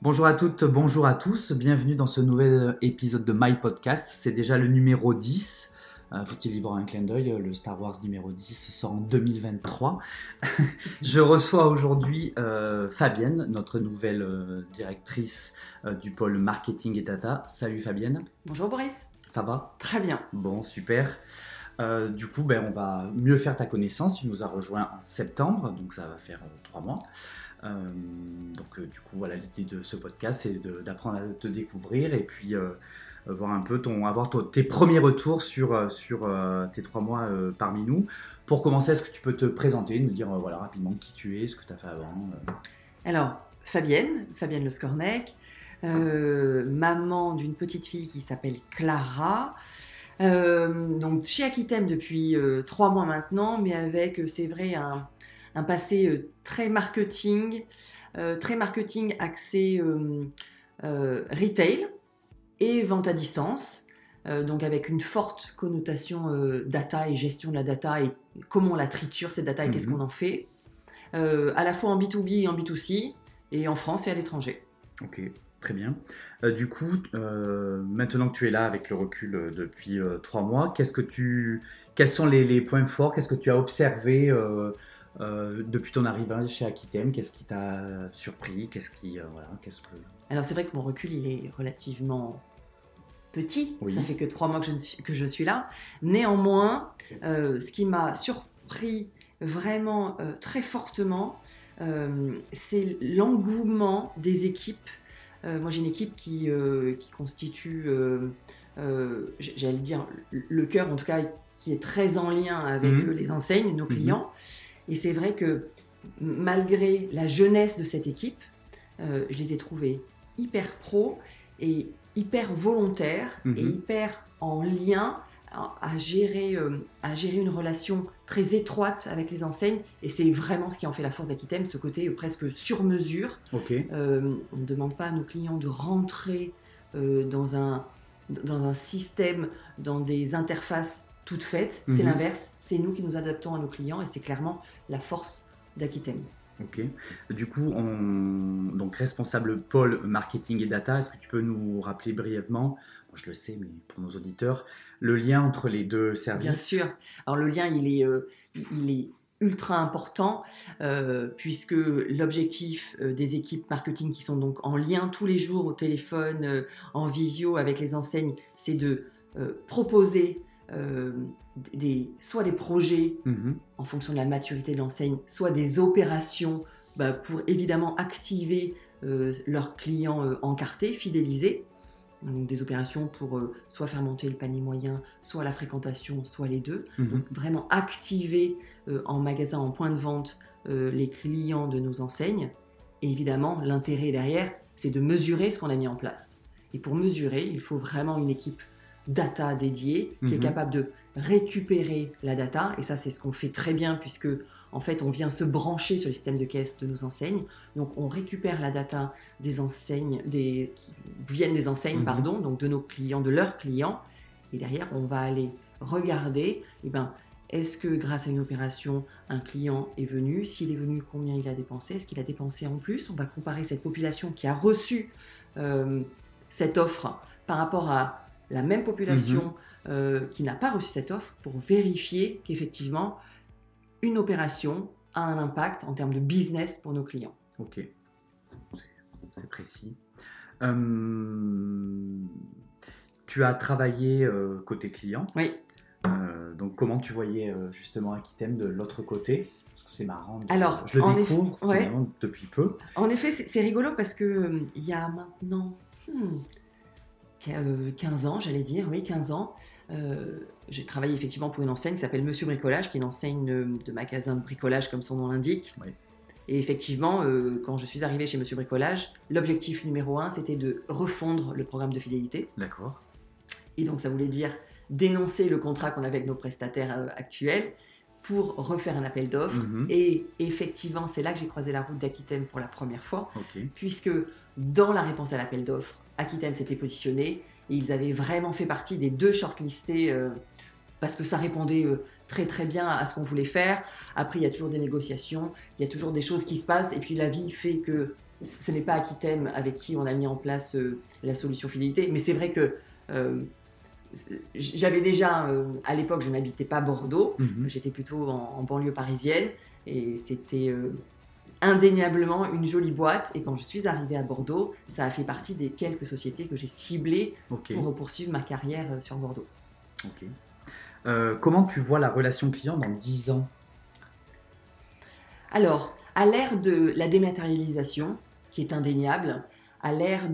Bonjour à toutes, bonjour à tous, bienvenue dans ce nouvel épisode de My Podcast. C'est déjà le numéro 10. Faut-il y voir un clin d'œil, le Star Wars numéro 10 sort en 2023. Je reçois aujourd'hui Fabienne, notre nouvelle directrice du pôle marketing et data. Salut Fabienne. Bonjour Boris. Ça va ? Très bien. Bon, super. Du coup, on va mieux faire ta connaissance. Tu nous as rejoint en septembre, donc ça va faire 3 mois. Du coup, voilà, l'idée de ce podcast, c'est d'apprendre à te découvrir et puis voir un peu tes premiers retours sur tes 3 mois parmi nous. Pour commencer, est-ce que tu peux te présenter, nous dire rapidement qui tu es, ce que tu as fait avant Alors, Fabienne Le Scornec, maman d'une petite fille qui s'appelle Clara. Donc chez Akitem depuis 3 mois maintenant, mais avec, c'est vrai, un passé très marketing axé retail et vente à distance, donc avec une forte connotation data et gestion de la data et comment on la triture cette data et qu'est-ce qu'on en fait, à la fois en B2B et en B2C, et en France et à l'étranger. Ok, très bien. Du coup, maintenant que tu es là avec le recul depuis 3 mois, quels sont les points forts? Qu'est-ce que tu as observé depuis ton arrivée chez Akitem? Qu'est-ce qui t'a surpris? Alors c'est vrai que mon recul il est relativement petit, Oui. Ça fait que 3 mois que je suis là. Néanmoins, ce qui m'a surpris vraiment très fortement, c'est l'engouement des équipes. Moi j'ai une équipe qui constitue, j'allais dire, le cœur, en tout cas, qui est très en lien avec les enseignes, nos clients. Et c'est vrai que malgré la jeunesse de cette équipe, je les ai trouvés hyper pros et hyper volontaires et hyper en lien à gérer une relation très étroite avec les enseignes. Et c'est vraiment ce qui en fait la force d'Akitem, ce côté presque sur mesure. Okay. On ne demande pas à nos clients de rentrer dans un système, dans des interfaces toutes faites. C'est l'inverse, c'est nous qui nous adaptons à nos clients et c'est clairement la force d'Akitem. Ok. Du coup, donc responsable pôle marketing et data, est-ce que tu peux nous rappeler brièvement, je le sais, mais pour nos auditeurs, le lien entre les deux services? Bien sûr. Alors le lien, il est ultra important puisque l'objectif des équipes marketing qui sont donc en lien tous les jours au téléphone, en visio avec les enseignes, c'est de proposer soit des projets en fonction de la maturité de l'enseigne, soit des opérations pour évidemment activer leurs clients encartés, fidélisés. Donc des opérations pour soit faire monter le panier moyen, soit la fréquentation, soit les deux. Donc vraiment activer en magasin, en point de vente, les clients de nos enseignes. Et évidemment, l'intérêt derrière, c'est de mesurer ce qu'on a mis en place. Et pour mesurer, il faut vraiment une équipe data dédiée qui est capable de récupérer la data. Et ça, c'est ce qu'on fait très bien puisque en fait, on vient se brancher sur les systèmes de caisse de nos enseignes. Donc, on récupère la data des enseignes, qui viennent des enseignes, donc de nos clients, de leurs clients. Et derrière, on va aller regarder, est-ce que grâce à une opération, un client est venu? S'il est venu, combien il a dépensé? Est-ce qu'il a dépensé en plus? On va comparer cette population qui a reçu cette offre par rapport à la même population qui n'a pas reçu cette offre pour vérifier qu'effectivement, une opération a un impact en termes de business pour nos clients. Ok, c'est précis. Tu as travaillé côté client. Oui. Donc comment tu voyais justement Akitem de l'autre côté? Parce que c'est marrant. Alors, je le découvre depuis peu. En effet, c'est rigolo parce que il y a maintenant 15 ans, j'allais dire, oui, 15 ans. J'ai travaillé effectivement pour une enseigne qui s'appelle Monsieur Bricolage, qui est une enseigne de magasin de bricolage comme son nom l'indique. Oui. Et effectivement, quand je suis arrivée chez Monsieur Bricolage, l'objectif numéro 1, c'était de refondre le programme de fidélité. D'accord. Et donc ça voulait dire dénoncer le contrat qu'on avait avec nos prestataires actuels pour refaire un appel d'offres. Et effectivement, c'est là que j'ai croisé la route d'Akitem pour la première fois, puisque dans la réponse à l'appel d'offres, Akitem s'était positionné et ils avaient vraiment fait partie des 2 shortlistés parce que ça répondait très très bien à ce qu'on voulait faire. Après, il y a toujours des négociations, il y a toujours des choses qui se passent et puis la vie fait que ce n'est pas Akitem avec qui on a mis en place la solution fidélité, mais c'est vrai que j'avais déjà, à l'époque, je n'habitais pas Bordeaux, j'étais plutôt en banlieue parisienne, et c'était indéniablement une jolie boîte. Et quand je suis arrivée à Bordeaux, ça a fait partie des quelques sociétés que j'ai ciblées pour poursuivre ma carrière sur Bordeaux. Ok. Comment tu vois la relation client dans 10 ans ? Alors, à l'ère de la dématérialisation, qui est indéniable, à l'ère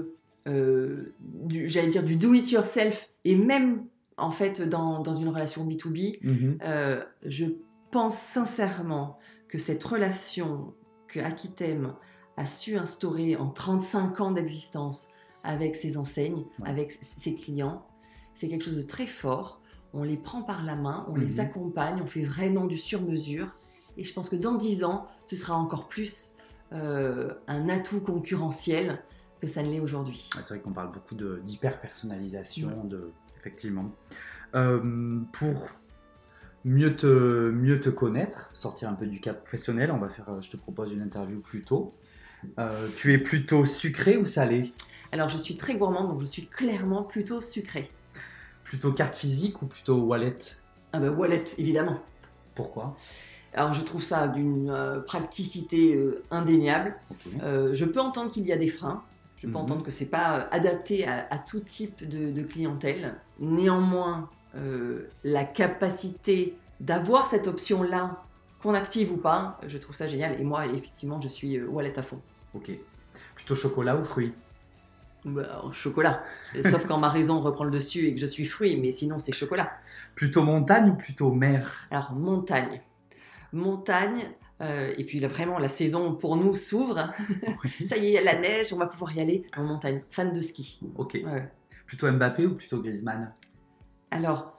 du do-it-yourself, et même en fait dans une relation B2B, je pense sincèrement que cette relation que Akitem a su instaurer en 35 ans d'existence avec ses enseignes, avec ses clients, c'est quelque chose de très fort. On les prend par la main, on les accompagne, on fait vraiment du sur-mesure. Et je pense que dans 10 ans, ce sera encore plus un atout concurrentiel que ça ne l'est aujourd'hui. C'est vrai qu'on parle beaucoup d'hyper-personnalisation, effectivement. Pour mieux te connaître, sortir un peu du cadre professionnel, je te propose une interview plus tôt. Tu es plutôt sucré ou salé ? Alors, je suis très gourmande, donc je suis clairement plutôt sucrée. Plutôt carte physique ou plutôt wallet ? Wallet, évidemment. Pourquoi ? Alors, je trouve ça d'une praticité indéniable. Je peux entendre qu'il y a des freins. Je peux entendre que ce n'est pas adapté à tout type de clientèle. Néanmoins, la capacité d'avoir cette option-là, qu'on active ou pas, je trouve ça génial. Et moi, effectivement, je suis wallet à fond. Ok. Plutôt chocolat ou fruits ? Chocolat. Sauf quand ma raison reprend le dessus et que je suis fruit, mais sinon, c'est chocolat. Plutôt montagne ou plutôt mer ? Alors, montagne. Et puis là, vraiment, la saison pour nous s'ouvre. Oui. Ça y est, il y a la neige, on va pouvoir y aller en montagne. Fan de ski. Ok. Ouais. Plutôt Mbappé ou plutôt Griezmann ? Alors,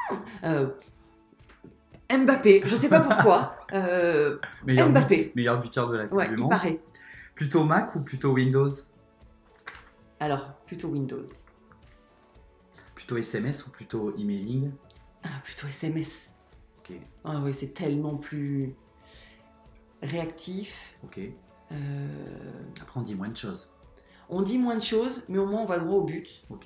Mbappé, je ne sais pas pourquoi. Mbappé. Meilleur buteur de la Coupe du Monde. Il paraît. Plutôt Mac ou plutôt Windows ? Alors, plutôt Windows. Plutôt SMS ou plutôt emailing ? Plutôt SMS. Ok. Ah oui, c'est tellement plus réactif. Ok. Après, on dit moins de choses. On dit moins de choses, mais au moins on va droit au but. Ok.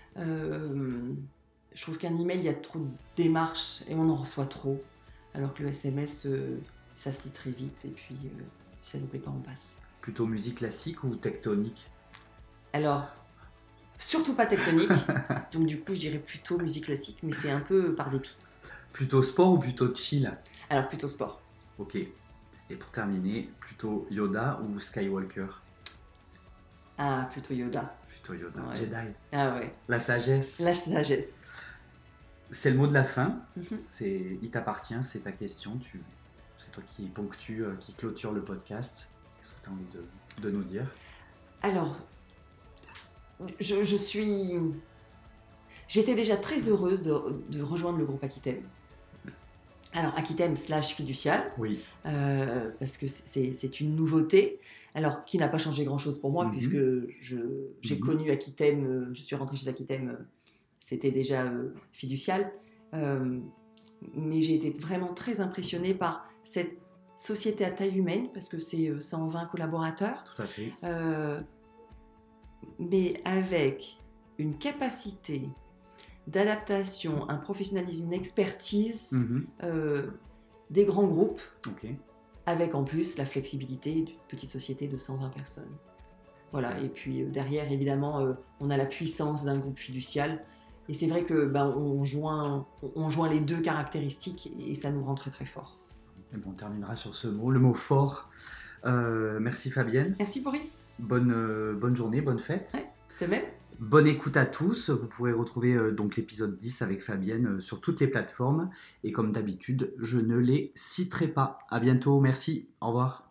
Je trouve qu'un email, il y a trop de démarches et on en reçoit trop. Alors que le SMS, ça se lit très vite et puis si ça ne nous plaît pas, on passe. Plutôt musique classique ou tectonique ? Alors, surtout pas tectonique. Donc du coup, je dirais plutôt musique classique, mais c'est un peu par dépit. Plutôt sport ou plutôt chill ? Alors plutôt sport. Ok. Et pour terminer, plutôt Yoda ou Skywalker ? Plutôt Yoda. Plutôt Yoda. Ouais. Jedi. Ouais. La sagesse. La sagesse. C'est le mot de la fin. Il t'appartient, c'est ta question. C'est toi qui ponctue, qui clôture le podcast. Qu'est-ce que tu as envie de nous dire ? Alors, j'étais déjà très heureuse de rejoindre le groupe Akitem. Alors, Akitem / Fiducial. Oui. Parce que c'est une nouveauté. Alors, qui n'a pas changé grand-chose pour moi, puisque j'ai connu Akitem, je suis rentrée chez Akitem, c'était déjà Fiducial. Mais j'ai été vraiment très impressionnée par cette société à taille humaine, parce que c'est 120 collaborateurs. Tout à fait. Mais avec une capacité d'adaptation, un professionnalisme, une expertise des grands groupes. Ok. Avec en plus la flexibilité d'une petite société de 120 personnes. Voilà, et puis derrière, évidemment, on a la puissance d'un groupe fiducial. Et c'est vrai que on joint les deux caractéristiques et ça nous rend très très fort. Et bon, on terminera sur ce mot, le mot fort. Merci Fabienne. Merci Boris. Bonne journée, bonne fête. Ouais, de même. Bonne écoute à tous. Vous pourrez retrouver donc l'épisode 10 avec Fabienne sur toutes les plateformes. Et comme d'habitude, je ne les citerai pas. À bientôt. Merci. Au revoir.